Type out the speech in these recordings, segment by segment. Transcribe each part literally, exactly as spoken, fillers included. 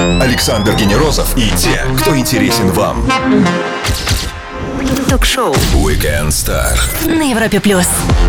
Александр Генерозов и те, кто интересен вам. Ток-шоу Weekend Star на Европе плюс.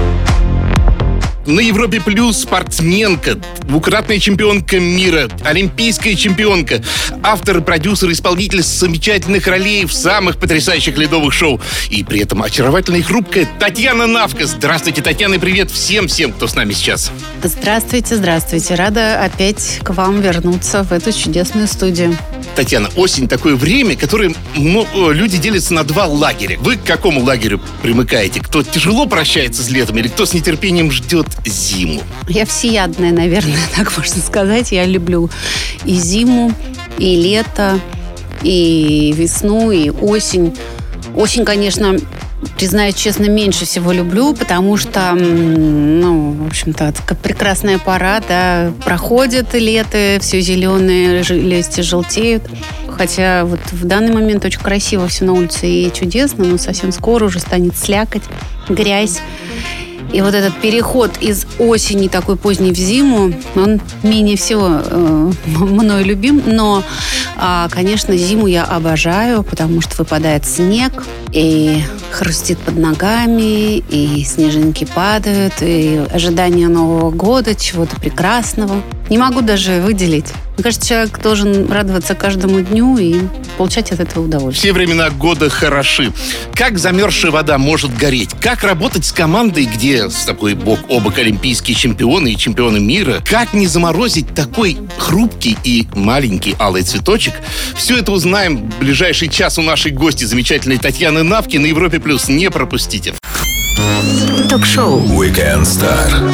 На Европе плюс спортсменка, двукратная чемпионка мира, олимпийская чемпионка, автор, продюсер, исполнитель замечательных ролей в самых потрясающих ледовых шоу. И при этом очаровательная и хрупкая Татьяна Навка. Здравствуйте, Татьяна, и привет всем-всем, кто с нами сейчас. Здравствуйте, здравствуйте. Рада опять к вам вернуться в эту чудесную студию. Татьяна, осень — такое время, которое ну, люди делятся на два лагеря. Вы к какому лагерю примыкаете? Кто тяжело прощается с летом или кто с нетерпением ждет зиму? Я всеядная, наверное, так можно сказать. Я люблю и зиму, и лето, и весну, и осень. Осень, конечно, признаюсь честно, меньше всего люблю, потому что, ну, в общем-то, как прекрасная пора, да, проходит лето, все зеленые листья желтеют. Хотя вот в данный момент очень красиво все на улице и чудесно, но совсем скоро уже станет слякоть, грязь. И вот этот переход из осени такой поздней в зиму, он менее всего э, мной любим. Но, э, конечно, зиму я обожаю, потому что выпадает снег, и хрустит под ногами, и снежинки падают, и ожидание Нового года, чего-то прекрасного. Не могу даже выделить. Мне кажется, человек должен радоваться каждому дню и получать от этого удовольствие. Все времена года хороши. Как замерзшая вода может гореть? Как работать с командой, где с такой бок о бок олимпийские чемпионы и чемпионы мира? Как не заморозить такой хрупкий и маленький алый цветочек? Все это узнаем в ближайший час у нашей гости, замечательной Татьяны Навки, на Европе плюс. Не пропустите. Ток-шоу Weekend Star.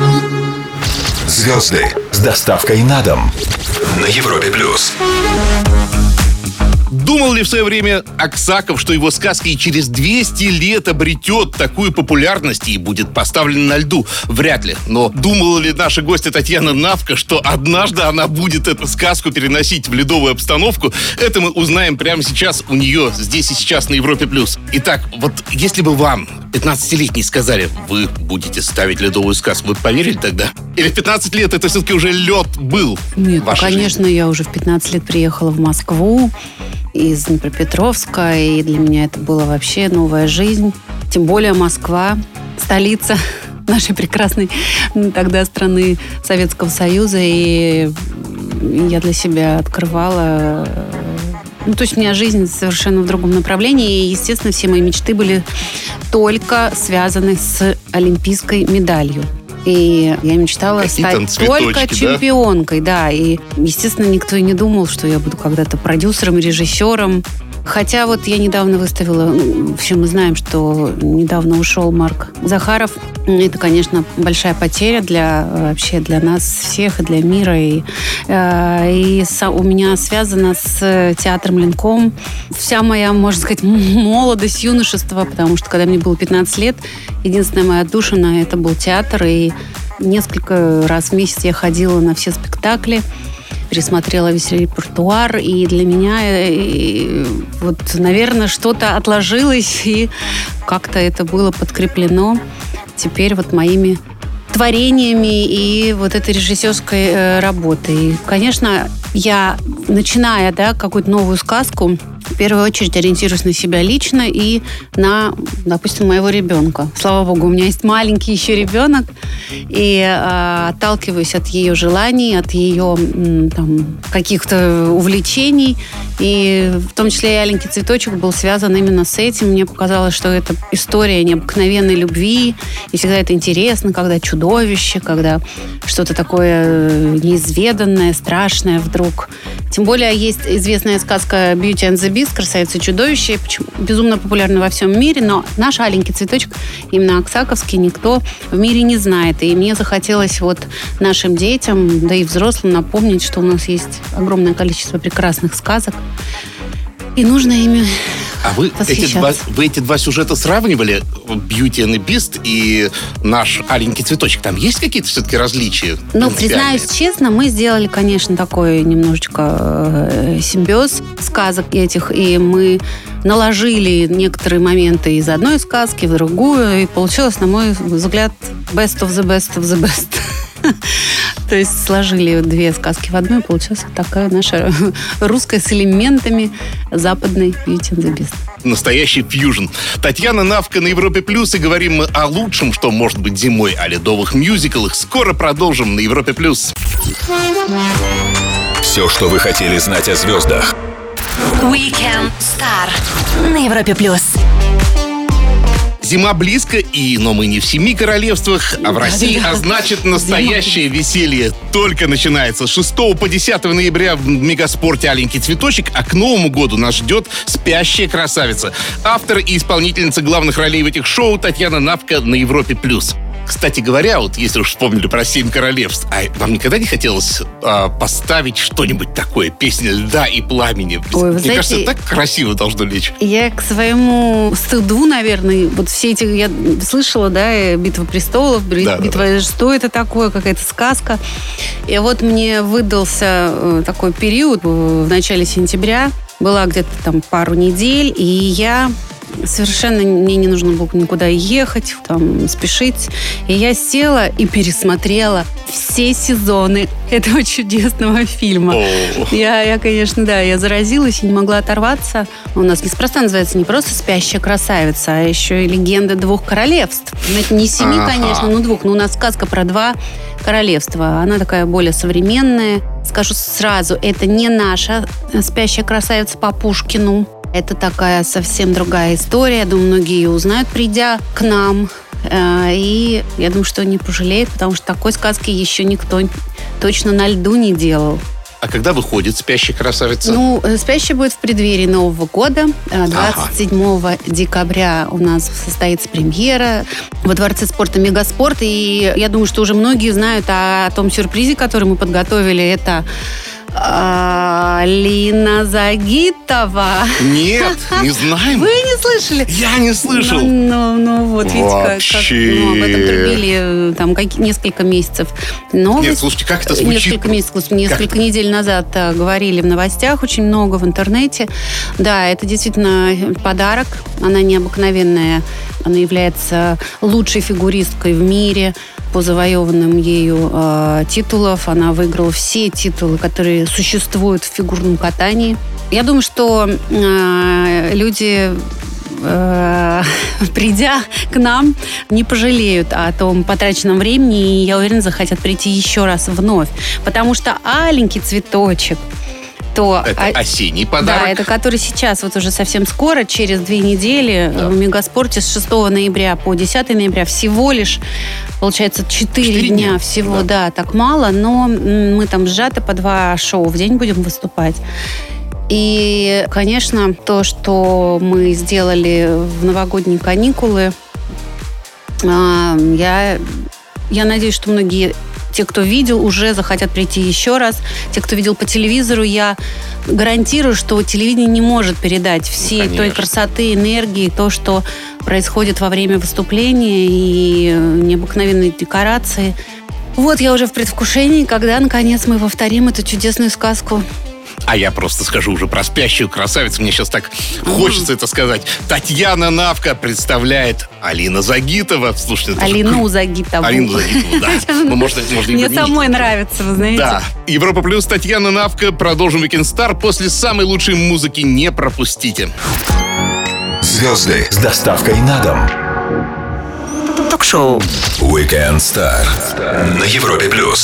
Звезды с доставкой на дом на Европе плюс. Думал ли в свое время Аксаков, что его сказка и через двести лет обретет такую популярность и будет поставлена на льду? Вряд ли. Но думала ли наша гостья Татьяна Навка, что однажды она будет эту сказку переносить в ледовую обстановку? Это мы узнаем прямо сейчас у нее, здесь и сейчас на Европе плюс. Итак, вот если бы вам, пятнадцатилетней, сказали, вы будете ставить ледовую сказку, вы поверили тогда? Или в пятнадцать лет это все-таки уже лед был? Нет, ну, конечно, жизни? Я уже в пятнадцать лет приехала в Москву из Днепропетровска, и для меня это была вообще новая жизнь. Тем более Москва, столица нашей прекрасной тогда страны Советского Союза, и я для себя открывала... Ну, то есть у меня жизнь совершенно в другом направлении, и, естественно, все мои мечты были только связаны с олимпийской медалью. И я мечтала Какие стать только чемпионкой, да? да. И, естественно, никто и не думал, что я буду когда-то продюсером и режиссером. Хотя вот я недавно выставила, все мы знаем, что недавно ушел Марк Захаров. Это, конечно, большая потеря для вообще для нас всех и для мира. И, э, и со, у меня связано с театром Ленком вся моя, можно сказать, молодость, юношество, потому что когда мне было пятнадцать лет, единственная моя отдушина — это был театр. И несколько раз в месяц я ходила на все спектакли, пересмотрела весь репертуар, и для меня и, вот, наверное, что-то отложилось, и как-то это было подкреплено теперь вот моими творениями и вот этой режиссерской э, работой. И, конечно, я, начиная, да, какую-то новую сказку, в первую очередь ориентируюсь на себя лично и на, допустим, моего ребенка. Слава богу, у меня есть маленький еще ребенок, и э, отталкиваюсь от ее желаний, от ее м, там, каких-то увлечений. И в том числе и «Аленький цветочек» был связан именно с этим. Мне показалось, что это история необыкновенной любви, и всегда это интересно, когда чудовище, когда что-то такое неизведанное, страшное вдруг. Тем более есть известная сказка «Beauty and the Beast», «Красавица и чудовище», безумно популярна во всем мире, но наш «Аленький цветочек», именно аксаковский, никто в мире не знает. И мне захотелось вот нашим детям, да и взрослым напомнить, что у нас есть огромное количество прекрасных сказок, и нужно ими А вы эти, два, вы эти два сюжета сравнивали, Beauty and the Beast и наш «Аленький цветочек»? Там есть какие-то все-таки различия? Ну, признаюсь честно, мы сделали, конечно, такой немножечко э, симбиоз сказок этих, и мы наложили некоторые моменты из одной сказки в другую, и получилось, на мой взгляд, best of the best of the best. То есть сложили две сказки в одну, и получилась вот такая наша русская с элементами западной Beauty and the Beast. Настоящий фьюжн. Татьяна Навка на Европе Плюс, и говорим мы о лучшем, что может быть зимой, о ледовых мюзиклах. Скоро продолжим на Европе Плюс. Все, что вы хотели знать о звездах. Weekend Star на Европе плюс. Зима близко, и, но мы не в семи королевствах, а в России, а значит, настоящее веселье только начинается. С шестого по десятое ноября в Мегаспорте «Аленький цветочек», а к Новому году нас ждет «Спящая красавица». Автор и исполнительница главных ролей в этих шоу Татьяна Навка на Европе+. Кстати говоря, вот если уж вспомнили про «Семь королевств», а вам никогда не хотелось а, поставить что-нибудь такое, песня «Льда и пламени»? Ой, Мне знаете, кажется, так красиво должно лечь. Я к своему стыду, наверное, вот все эти, я слышала, да, «Битва престолов», Да, «Битва», да, да. что это такое, какая-то сказка. И вот мне выдался такой период в начале сентября, была где-то там пару недель, и я совершенно, мне не нужно было никуда ехать, там, спешить. И я села и пересмотрела все сезоны этого чудесного фильма. Я, я, конечно, да, я заразилась и не могла оторваться. У нас неспроста называется не просто «Спящая красавица», а еще и «Легенда двух королевств». Знаете, не семи, Ага. конечно, но двух. Но у нас сказка про два королевства. Она такая более современная. Скажу сразу, это не наша «Спящая красавица» по Пушкину. Это такая совсем другая история. Я думаю, многие ее узнают, придя к нам. И я думаю, что не пожалеют, потому что такой сказки еще никто точно на льду не делал. А когда выходит «Спящая красавица»? Ну, «Спящая» будет в преддверии Нового года. двадцать седьмого декабря у нас состоится премьера во Дворце спорта «Мегаспорт». И я думаю, что уже многие знают о том сюрпризе, который мы подготовили. Это Алина Загитова. Нет, не знаем. Вы не слышали? Я не слышал. Ну, ну, ну, вот видите, как, как Вообще. ну, об этом трубили там как, несколько месяцев. Новость. Нет, слушайте, как это звучит? Несколько месяцев, несколько Как? недель назад а, говорили в новостях, очень много в интернете. Да, это действительно подарок. Она необыкновенная. Она является лучшей фигуристкой в мире по завоеванным ею э, титулов. Она выиграла все титулы, которые существуют в фигурном катании. Я думаю, что э, люди, э, придя к нам, не пожалеют о том потраченном времени, и, я уверена, захотят прийти еще раз вновь. Потому что «Аленький цветочек», то Это а- осенний подарок. Да, это который сейчас, вот уже совсем скоро, через две недели Да. в Мегаспорте с шестого ноября по десятое ноября всего лишь, получается, четыре Четыре дня дня. всего, Да. да. так мало, но м, мы там сжаты по два шоу в день будем выступать. И, конечно, то, что мы сделали в новогодние каникулы, а, я, я надеюсь, что многие... Те, кто видел, уже захотят прийти еще раз. Те, кто видел по телевизору, я гарантирую, что телевидение не может передать всей Ну, той конечно. красоты, энергии, то, что происходит во время выступления, и необыкновенные декорации. Вот я уже в предвкушении, когда, наконец, мы повторим эту чудесную сказку. А я просто скажу уже про «Спящую красавицу». Мне сейчас так хочется это сказать. Татьяна Навка представляет Алина Загитова. Слушайте, это же Алину кру- Загитову. Алину Загитову, да. Ну, можно, можно и Мне поменять. самой нравится, вы знаете. Да. Европа Плюс, Татьяна Навка. Продолжим Weekend Star. После самой лучшей музыки не пропустите. Звезды с доставкой на дом. Ток-шоу. Weekend Star на Европе Плюс.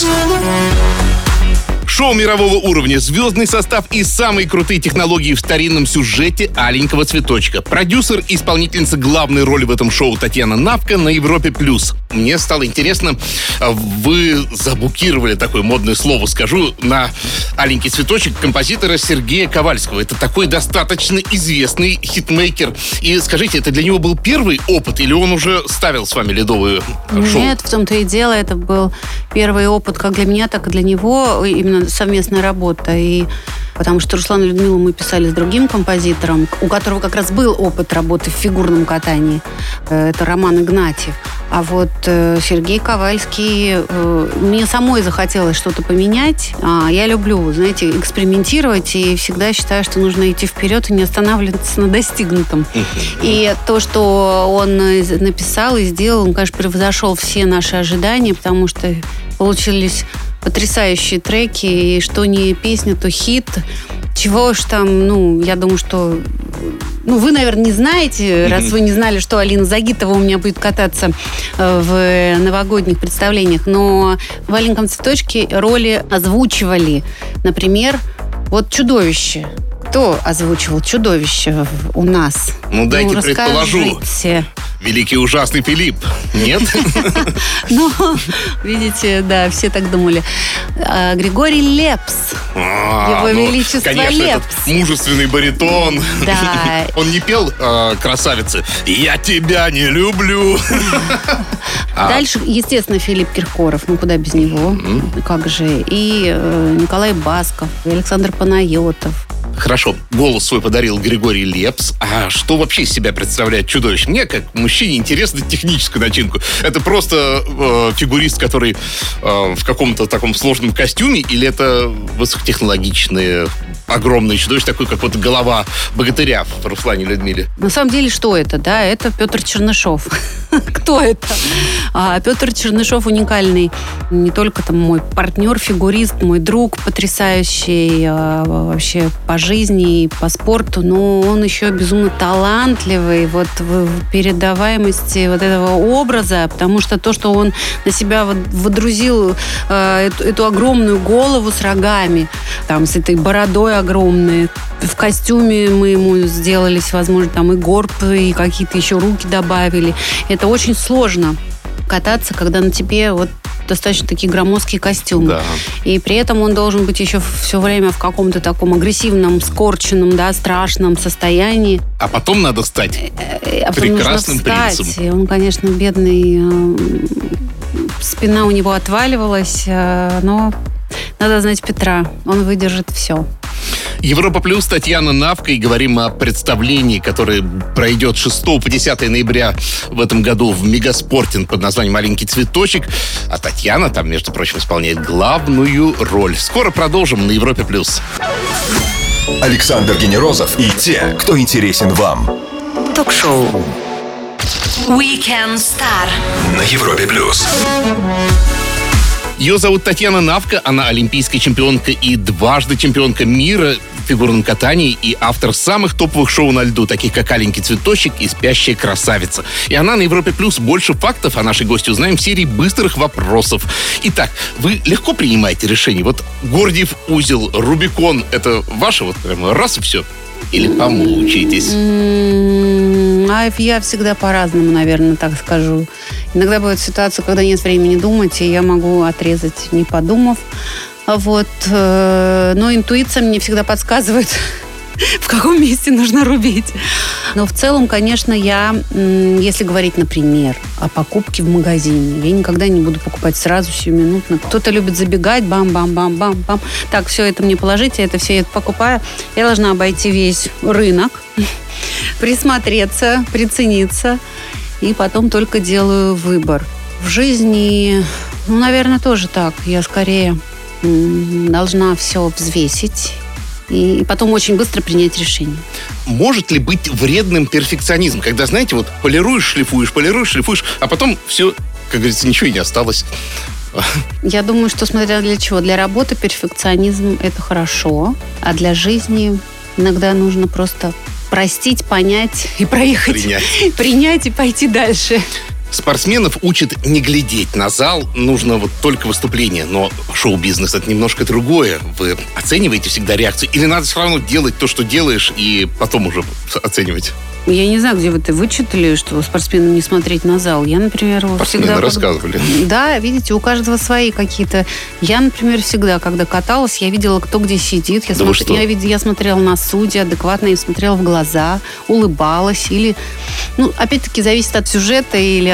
Шоу мирового уровня, звездный состав и самые крутые технологии в старинном сюжете «Аленького цветочка». Продюсер и исполнительница главной роли в этом шоу Татьяна Навка на Европе+. Мне стало интересно, вы забукировали такое модное слово, скажу, на «Аленький цветочек» композитора Сергея Ковальского. Это такой достаточно известный хитмейкер. И скажите, это для него был первый опыт или он уже ставил с вами ледовые шоу? Нет, в том-то и дело. Это был первый опыт как для меня, так и для него. Именно совместная работа. И потому что Руслан и Людмилу мы писали с другим композитором, у которого как раз был опыт работы в фигурном катании. Это Роман Игнатьев. А вот Сергей Ковальский, мне самой захотелось что-то поменять. Я люблю, знаете, экспериментировать и всегда считаю, что нужно идти вперед и не останавливаться на достигнутом. И то, что он написал и сделал, он, конечно, превзошел все наши ожидания, потому что получились потрясающие треки, и что не песня, то хит. Чего уж там, ну, я думаю, что... Ну, вы, наверное, не знаете, mm-hmm. раз вы не знали, что Алина Загитова у меня будет кататься в новогодних представлениях, но в «Аленьком цветочке» роли озвучивали, например, вот «Чудовище». Кто озвучивал «Чудовище» у нас? Ну, дайте ну, предположу. Великий ужасный Филипп. Нет? Ну, видите, да, все так думали. Григорий Лепс. Его величество Лепс. Конечно, этот мужественный баритон. Да. Он не пел красавицы «Я тебя не люблю». Дальше, естественно, Филипп Киркоров. Ну, куда без него? Как же. И Николай Басков, и Александр Панайотов. Хорошо, голос свой подарил Григорий Лепс. А что вообще из себя представляет «Чудовище»? Мне, как мужчине, интересна техническая начинка. Это просто э, фигурист, который э, в каком-то таком сложном костюме, или это высокотехнологичные огромные чудовища, такой, как вот голова богатыря в Руслане и Людмиле? На самом деле, что это? Да, это Петр Чернышов. Кто это? А, Петр Чернышов уникальный. Не только там мой партнер, фигурист, мой друг потрясающий а, вообще по жизни и по спорту, но он еще безумно талантливый вот в передаваемости вот этого образа, потому что то, что он на себя водрузил э, эту, эту огромную голову с рогами, там, с этой бородой огромной, в костюме мы ему сделали, возможно, там и горб, и какие-то еще руки добавили. Это очень сложно кататься, когда на тебе вот достаточно такие громоздкие костюмы. Да. И при этом он должен быть еще все время в каком-то таком агрессивном, скорченном, да, страшном состоянии. А потом надо стать а прекрасным встать. принцем. И он, конечно, бедный, спина у него отваливалась, но надо знать Петра, он выдержит все. Европа Плюс, Татьяна Навка, и говорим о представлении, которое пройдет с шестого по десятое ноября в этом году в Мегаспорте под названием «Маленький цветочек». А Татьяна там, между прочим, исполняет главную роль. Скоро продолжим на Европе Плюс. Александр Генерозов и те, кто интересен вам. Ток-шоу Weekend Star на Европе Плюс. Ее зовут Татьяна Навка, она олимпийская чемпионка и дважды чемпионка мира в фигурном катании и автор самых топовых шоу на льду, таких как «Аленький цветочек» и «Спящая красавица». И она на Европе Плюс. Больше фактов о нашей гости узнаем в серии быстрых вопросов. Итак, вы легко принимаете решение? Вот Гордиев узел, Рубикон, это ваше вот прямо раз и все? Или помучаетесь? А я всегда по-разному, наверное, так скажу. Иногда бывают ситуации, когда нет времени думать, и я могу отрезать, не подумав. Вот. Но интуиция мне всегда подсказывает, в каком месте нужно рубить. Но в целом, конечно, я, если говорить, например, о покупке в магазине, я никогда не буду покупать сразу, сиюминутно. Кто-то любит забегать, бам-бам-бам-бам-бам. Так, все это мне положите, это все я это покупаю. Я должна обойти весь рынок, присмотреться, прицениться, и потом только делаю выбор. В жизни, ну, наверное, тоже так. Я скорее должна все взвесить и потом очень быстро принять решение. Может ли быть вредным перфекционизм? Когда, знаете, вот полируешь, шлифуешь, полируешь, шлифуешь, а потом все, как говорится, ничего и не осталось. Я думаю, что смотря для чего. Для работы перфекционизм – это хорошо, а для жизни иногда нужно просто простить, понять и проехать. Принять. Принять и пойти дальше. Спортсменов учат не глядеть на зал, нужно вот только выступление. Но шоу-бизнес — это немножко другое. Вы оцениваете всегда реакцию? Или надо все равно делать то, что делаешь, и потом уже оценивать? Я не знаю, где вы это вычитали, что спортсменам не смотреть на зал. Я, например, спортсмены всегда... рассказывали. Да, видите, у каждого свои какие-то... Я, например, всегда, когда каталась, я видела, кто где сидит. Я, да смотр... я, вид... я смотрела на судьи адекватно, я смотрела в глаза, улыбалась. Или... Ну, опять-таки, зависит от сюжета или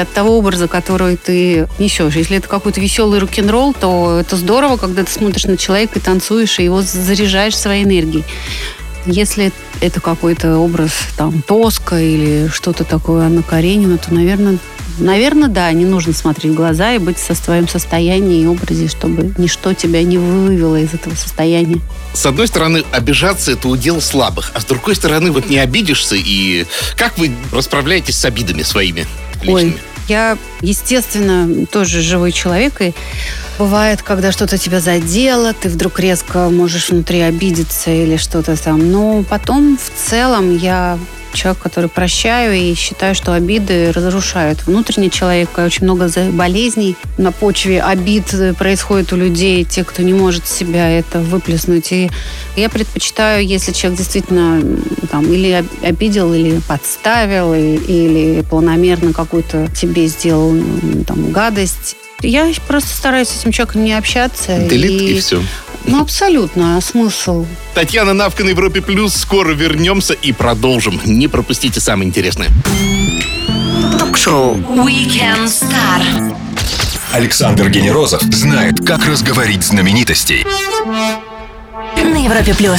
от того образа, который ты несешь. Если это какой-то веселый рок-н-ролл, то это здорово, когда ты смотришь на человека и танцуешь, и его заряжаешь своей энергией. Если это какой-то образ там Тоска или что-то такое Анна Каренина, то, наверное, наверное, да, не нужно смотреть в глаза и быть в своем состоянии и образе, чтобы ничто тебя не вывело из этого состояния. С одной стороны, обижаться — это удел слабых, а с другой стороны, вот не обидишься, и как вы расправляетесь с обидами своими личными? Ой, я, естественно, тоже живой человек, и бывает, когда что-то тебя задело, ты вдруг резко можешь внутри обидеться или что-то там. Но потом, в целом, я человек, который прощаю и считаю, что обиды разрушают внутренний человек. Очень много болезней на почве обид происходит у людей, те, кто не может себя это выплеснуть. И я предпочитаю, если человек действительно там, или обидел, или подставил, или планомерно какую-то тебе сделал там, гадость, я просто стараюсь с этим человеком не общаться. Делит и, и все. Ну, абсолютно. А смысл? Татьяна Навка на Европе Плюс. Скоро вернемся и продолжим. Не пропустите самое интересное. Ток-шоу Weekend Star. Александр Генерозов знает, как разговорить знаменитостей. На Европе Плюс.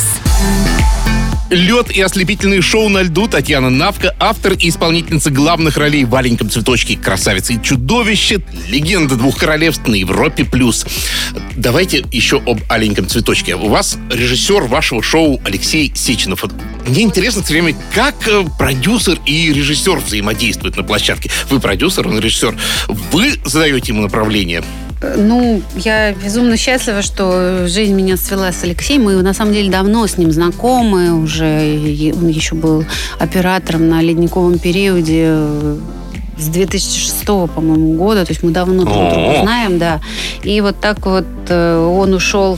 Лед и ослепительные шоу на льду. Татьяна Навка, автор и исполнительница главных ролей в «Аленьком цветочке», «Красавица и чудовище», «Легенда двух королевств» на Европе Плюс. Давайте еще об «Аленьком цветочке». У вас режиссер вашего шоу Алексей Сеченов. Мне интересно все время, как продюсер и режиссер взаимодействуют на площадке. Вы продюсер, он режиссер. Вы задаете ему направление? Ну, я безумно счастлива, что жизнь меня свела с Алексеем. Мы, на самом деле, давно с ним знакомы. Уже он еще был оператором на ледниковом периоде с две тысячи шестого, по-моему, года. То есть мы давно друг друга знаем, да. И вот так вот он ушел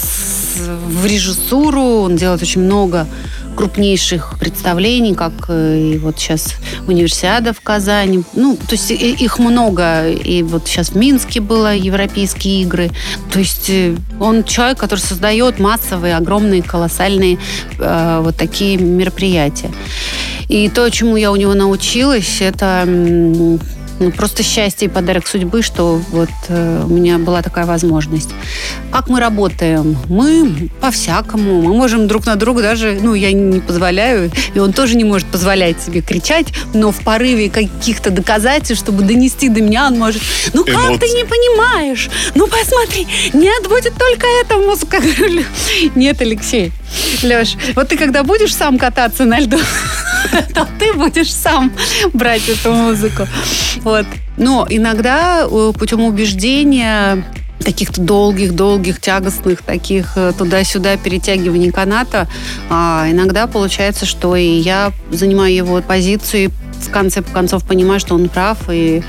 в режиссуру. Он делает очень много крупнейших представлений, как и вот сейчас Универсиада в Казани. Ну, то есть их много. И вот сейчас в Минске было Европейские игры. То есть он человек, который создает массовые, огромные, колоссальные э, вот такие мероприятия. И то, чему я у него научилась, это ну, просто счастье и подарок судьбы, что вот э, у меня была такая возможность. Как мы работаем? Мы по-всякому. Мы можем друг на друга даже, ну, я не позволяю, и он тоже не может позволять себе кричать, но в порыве каких-то доказательств, чтобы донести до меня, он может, ну, как Эмоции. Ты не понимаешь? Ну, посмотри, нет, будет только эта музыка. Нет, Алексей. Леш, вот ты когда будешь сам кататься на льду, то ты будешь сам брать эту музыку. Вот. Но иногда путем убеждения, каких-то долгих-долгих, тягостных, таких туда-сюда перетягиваний каната, а иногда получается, что и я занимаю его позицию, и в конце концов понимаю, что он прав, и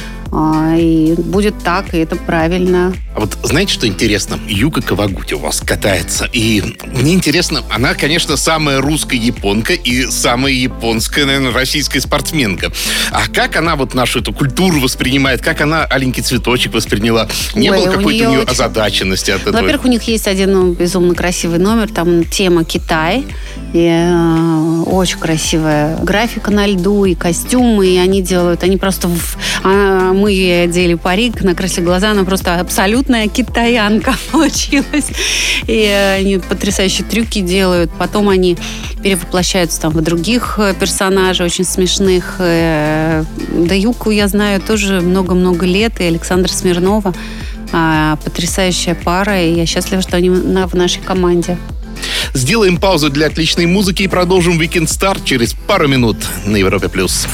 И будет так, и это правильно. А вот знаете, что интересно? Юка Кавагути у вас катается. И мне интересно, она, конечно, самая русская японка и самая японская, наверное, российская спортсменка. А как она вот нашу эту культуру воспринимает? Как она «Аленький цветочек» восприняла? Не Ой, было какой-то у нее очень... озадаченности от этого? Во-первых, у них есть один ну, безумно красивый номер. Там тема Китай. И, э, очень красивая графика на льду и костюмы. И они делают... Они просто... В, а, мы ей одели парик, накрасили глаза. Она просто абсолютная китаянка получилась. И они потрясающие трюки делают. Потом они перевоплощаются там в других персонажей очень смешных. Да Юку я знаю тоже много-много лет. И Александра Смирнова. Потрясающая пара. И я счастлива, что они в нашей команде. Сделаем паузу для отличной музыки и продолжим Weekend Star через пару минут на Европе+.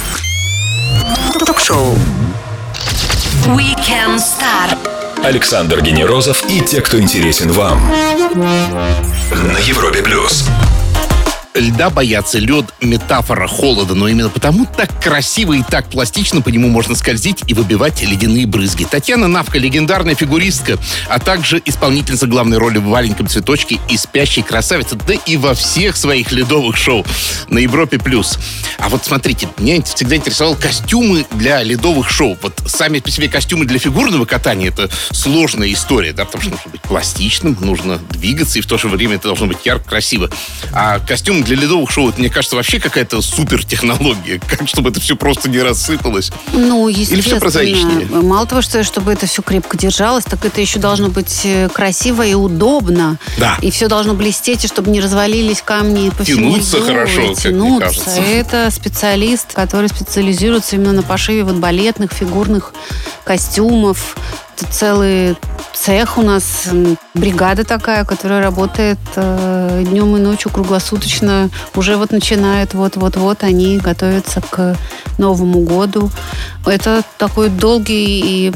Ток-шоу Weekend Star. Александр Генерозов и те, кто интересен вам. На Европе+. Льда боятся. Лед — метафора холода, но именно потому так красиво и так пластично по нему можно скользить и выбивать ледяные брызги. Татьяна Навка — легендарная фигуристка, а также исполнительница главной роли в «Аленьком цветочке» и «Спящей красавице», да и во всех своих ледовых шоу на Европе+. А вот смотрите, меня всегда интересовали костюмы для ледовых шоу. Вот сами по себе костюмы для фигурного катания — это сложная история, да, потому что нужно быть пластичным, нужно двигаться, и в то же время это должно быть ярко, красиво. А костюмы батин для ледовых шоу, это, мне кажется, вообще какая-то супер технология. Как, чтобы это все просто не рассыпалось. Ну, естественно. Или все прозаичнее? Мало того, что чтобы это все крепко держалось, так это еще должно быть красиво и удобно. Да. И все должно блестеть, и чтобы не развалились камни по всему льду. Тянуться хорошо, как мне кажется. Это специалист, который специализируется именно на пошиве вот балетных, фигурных костюмов. Это целый цех у нас, бригада такая, которая работает э, днем и ночью круглосуточно. Уже вот начинают, вот-вот-вот они готовятся к Новому году. Это такой долгий и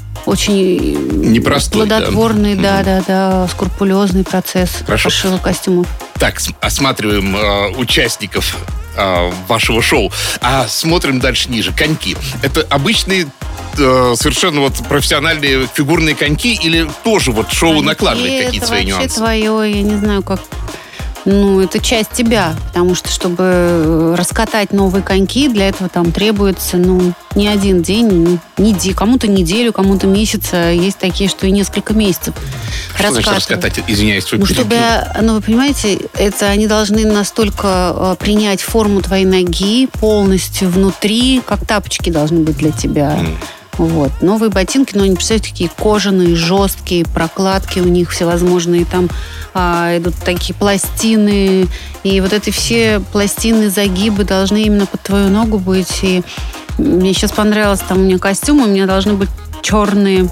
очень непростой, плодотворный, да, да, да, да, скрупулезный процесс пошива костюмов. Так, осматриваем э, участников э, вашего шоу. А смотрим дальше ниже. Коньки. Это обычные э, совершенно вот профессиональные фигурные коньки или тоже вот шоу коньки накладывает какие-то свои нюансы? Это вообще твое, я не знаю, как... Ну, это часть тебя, потому что, чтобы раскатать новые коньки, для этого там требуется, ну, не один день, не, кому-то неделю, кому-то месяц, есть такие, что и несколько месяцев. Что значит раскатать? Извиняюсь, свой ну, чтобы, ну, вы понимаете, это они должны настолько принять форму твоей ноги полностью внутри, как тапочки должны быть для тебя. Mm. Вот. Новые ботинки, но они, представляете, такие кожаные, жесткие, прокладки у них всевозможные, там а, идут такие пластины, и вот эти все пластины, загибы должны именно под твою ногу быть. И мне сейчас понравилось, там у меня костюм, у меня должны быть черные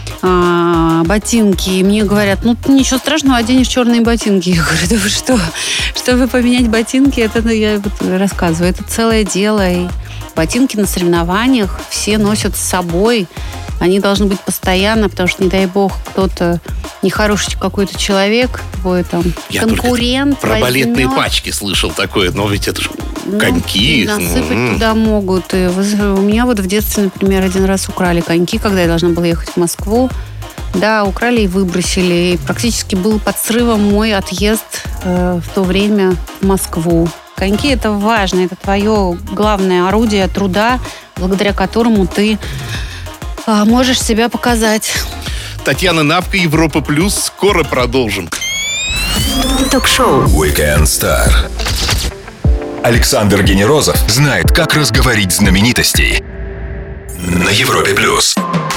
а, ботинки. И мне говорят, ну, ничего страшного, оденешь черные ботинки. Я говорю, да вы что? Чтобы поменять ботинки, это, ну, я вот рассказываю, это целое дело. И ботинки на соревнованиях все носят с собой. Они должны быть постоянно, потому что, не дай бог, кто-то нехороший какой-то человек, твой там я конкурент про возьмет. Балетные пачки слышал такое, но ведь это же коньки. Ну, насыпать mm-hmm. туда могут. И у меня вот в детстве, например, один раз украли коньки, когда я должна была ехать в Москву. Да, украли и выбросили. И практически был под срывом мой отъезд э, в то время в Москву. Коньки – это важно, это твое главное орудие труда, благодаря которому ты а, можешь себя показать. Татьяна Навка, Европа Плюс. Скоро продолжим. Ток-шоу Weekend Star. Александр Генерозов знает, как разговорить знаменитостей на Европе Плюс.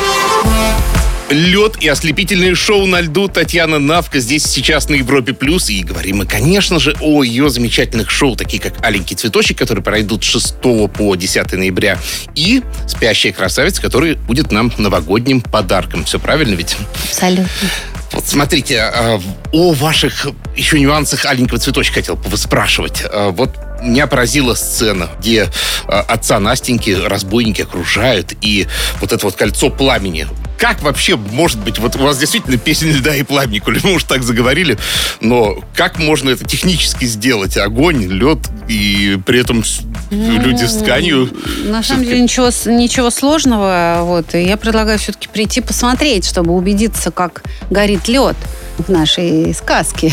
Лед и ослепительное шоу на льду. Татьяна Навка здесь сейчас на Европе Плюс. И говорим мы, конечно же, о ее замечательных шоу, такие как «Аленький цветочек», которые пройдут с шестого по десятое ноября, и «Спящая красавица», который будет нам новогодним подарком. Все правильно ведь? Абсолютно. Вот смотрите, о ваших еще нюансах «Аленького цветочка» хотел спрашивать. Вот меня поразила сцена, где отца Настеньки разбойники окружают, и вот это вот кольцо пламени. Как вообще может быть, вот у вас действительно песня «Льда и пламени», коли мы уж так заговорили, но как можно это технически сделать? Огонь, лед, и при этом ну, люди с тканью... На самом деле ничего, ничего сложного. Вот, и я предлагаю все-таки прийти посмотреть, чтобы убедиться, как горит лед в нашей сказке.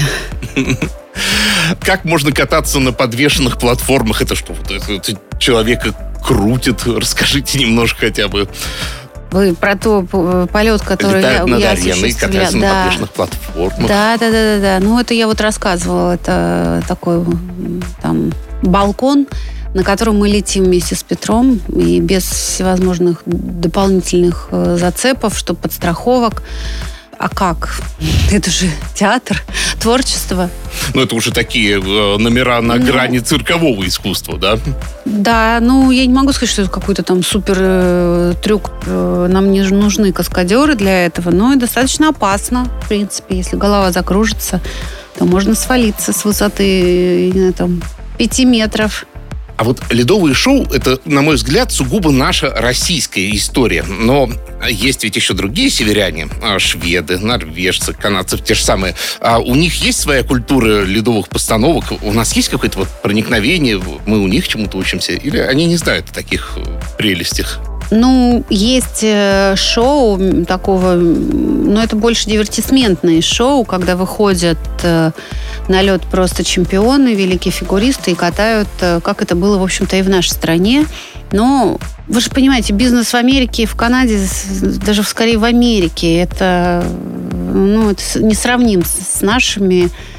Как можно кататься на подвешенных платформах? Это что, вот это, это человека крутит? Расскажите немножко хотя бы. Вы про то полет, который летают я, над я ареной, катаются да. на подвешенных платформах. Да, да, да, да, да. Ну, это я вот рассказывала. Это такой там балкон, на котором мы летим вместе с Петром и без всевозможных дополнительных зацепов, что подстраховок. А как? Это же театр, творчество. Ну, это уже такие э, номера на ну, грани циркового искусства, да? Да, ну, я не могу сказать, что это какой-то там супер э, трюк. Э, нам не нужны каскадеры для этого, но и достаточно опасно, в принципе. Если голова закружится, то можно свалиться с высоты, не знаю, там, пяти метров. А вот ледовые шоу – это, на мой взгляд, сугубо наша российская история. Но есть ведь еще другие северяне, шведы, норвежцы, канадцы, те же самые. А у них есть своя культура ледовых постановок? У нас есть какое-то вот проникновение? Мы у них чему-то учимся? Или они не знают о таких прелестях? Ну, есть шоу такого, но это больше дивертисментные шоу, когда выходят на лед просто чемпионы, великие фигуристы и катают, как это было, в общем-то, и в нашей стране. Но вы же понимаете, бизнес в Америке, в Канаде, даже скорее в Америке, это, ну, это не сравним с нашими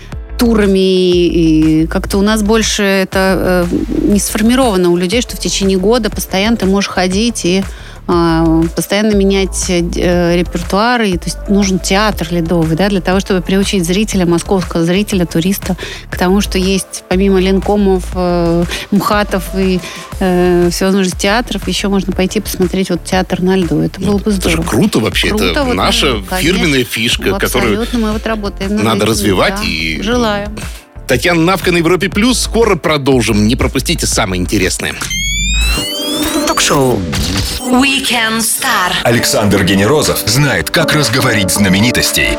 турами, и как-то у нас больше это э, не сформировано у людей, что в течение года постоянно ты можешь ходить и э, постоянно менять э, репертуар, и то есть нужен театр ледовый, да, для того, чтобы приучить зрителя, московского зрителя, туриста к тому, что есть помимо Ленкомов, э, МХАТов и э, всевозможных театров, еще можно пойти посмотреть вот театр на льду. Это было бы здорово. Это же круто вообще. Круто, это вот, наша конечно, фирменная фишка, которую абсолютно, мы вот работаем над надо этим, развивать. Да. И... Желаю. Татьяна Навка на Европе Плюс. Скоро продолжим. Не пропустите самое интересное. Ток-шоу. Weekend Star. Александр Генерозов знает, как разговорить знаменитостей.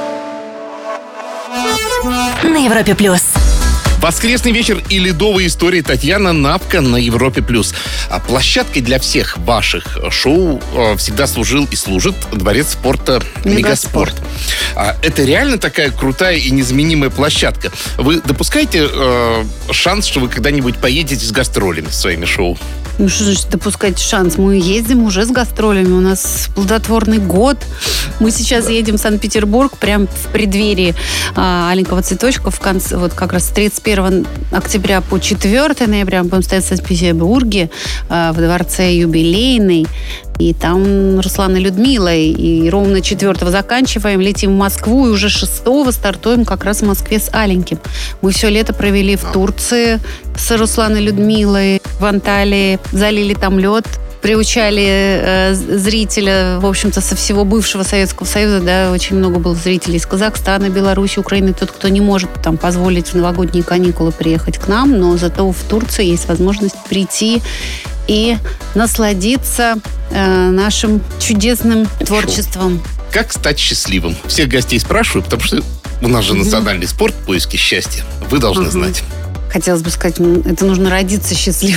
На Европе Плюс. Воскресный вечер и ледовые истории. Татьяна Навка на Европе Плюс. А площадкой для всех ваших шоу э, всегда служил и служит Дворец спорта «Мегаспорт». А это реально такая крутая и незаменимая площадка. Вы допускаете э, шанс, что вы когда-нибудь поедете с гастролями своими шоу? Ну, что значит допускать шанс? Мы ездим уже с гастролями. У нас плодотворный год. Мы сейчас едем в Санкт-Петербург прямо в преддверии а, «Аленького цветочка». В конце, вот как раз с тридцать первого октября по четвёртого ноября мы будем стоять в Санкт-Петербурге а, в дворце Юбилейный. И там Руслан и Людмила. И ровно четвёртого заканчиваем, летим в Москву. И уже шестого стартуем как раз в Москве с Аленьким. Мы все лето провели в Турции с Русланом и Людмилой, в Анталии. Залили там лед. Приучали э, зрителя, в общем-то, со всего бывшего Советского Союза, да, очень много было зрителей из Казахстана, Беларуси, Украины, тот, кто не может там позволить в новогодние каникулы приехать к нам, но зато в Турции есть возможность прийти и насладиться э, нашим чудесным творчеством. Как стать счастливым? Всех гостей спрашиваю, потому что у нас же национальный спорт в поиске счастья. Вы должны знать. Хотелось бы сказать, это нужно родиться счастливым.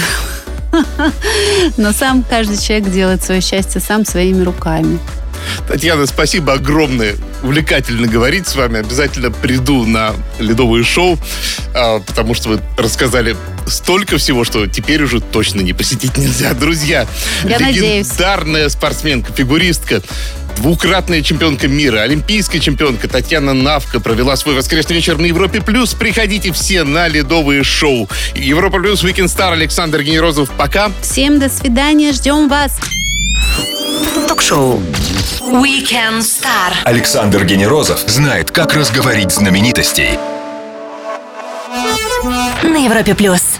Но сам каждый человек делает свое счастье сам своими руками. Татьяна, спасибо огромное. Увлекательно говорить с вами. Обязательно приду на ледовое шоу, потому что вы рассказали столько всего, что теперь уже точно не посетить нельзя. Друзья, я легендарная надеюсь. спортсменка, фигуристка, двукратная чемпионка мира, олимпийская чемпионка Татьяна Навка провела свой воскресный вечер на Европе Плюс. Приходите все на ледовые шоу. Европа Плюс, Weekend Star, Александр Генерозов. Пока. Всем до свидания. Ждем вас. Ток-шоу. Weekend Star. Александр Генерозов знает, как разговорить знаменитостей. На Европе Плюс.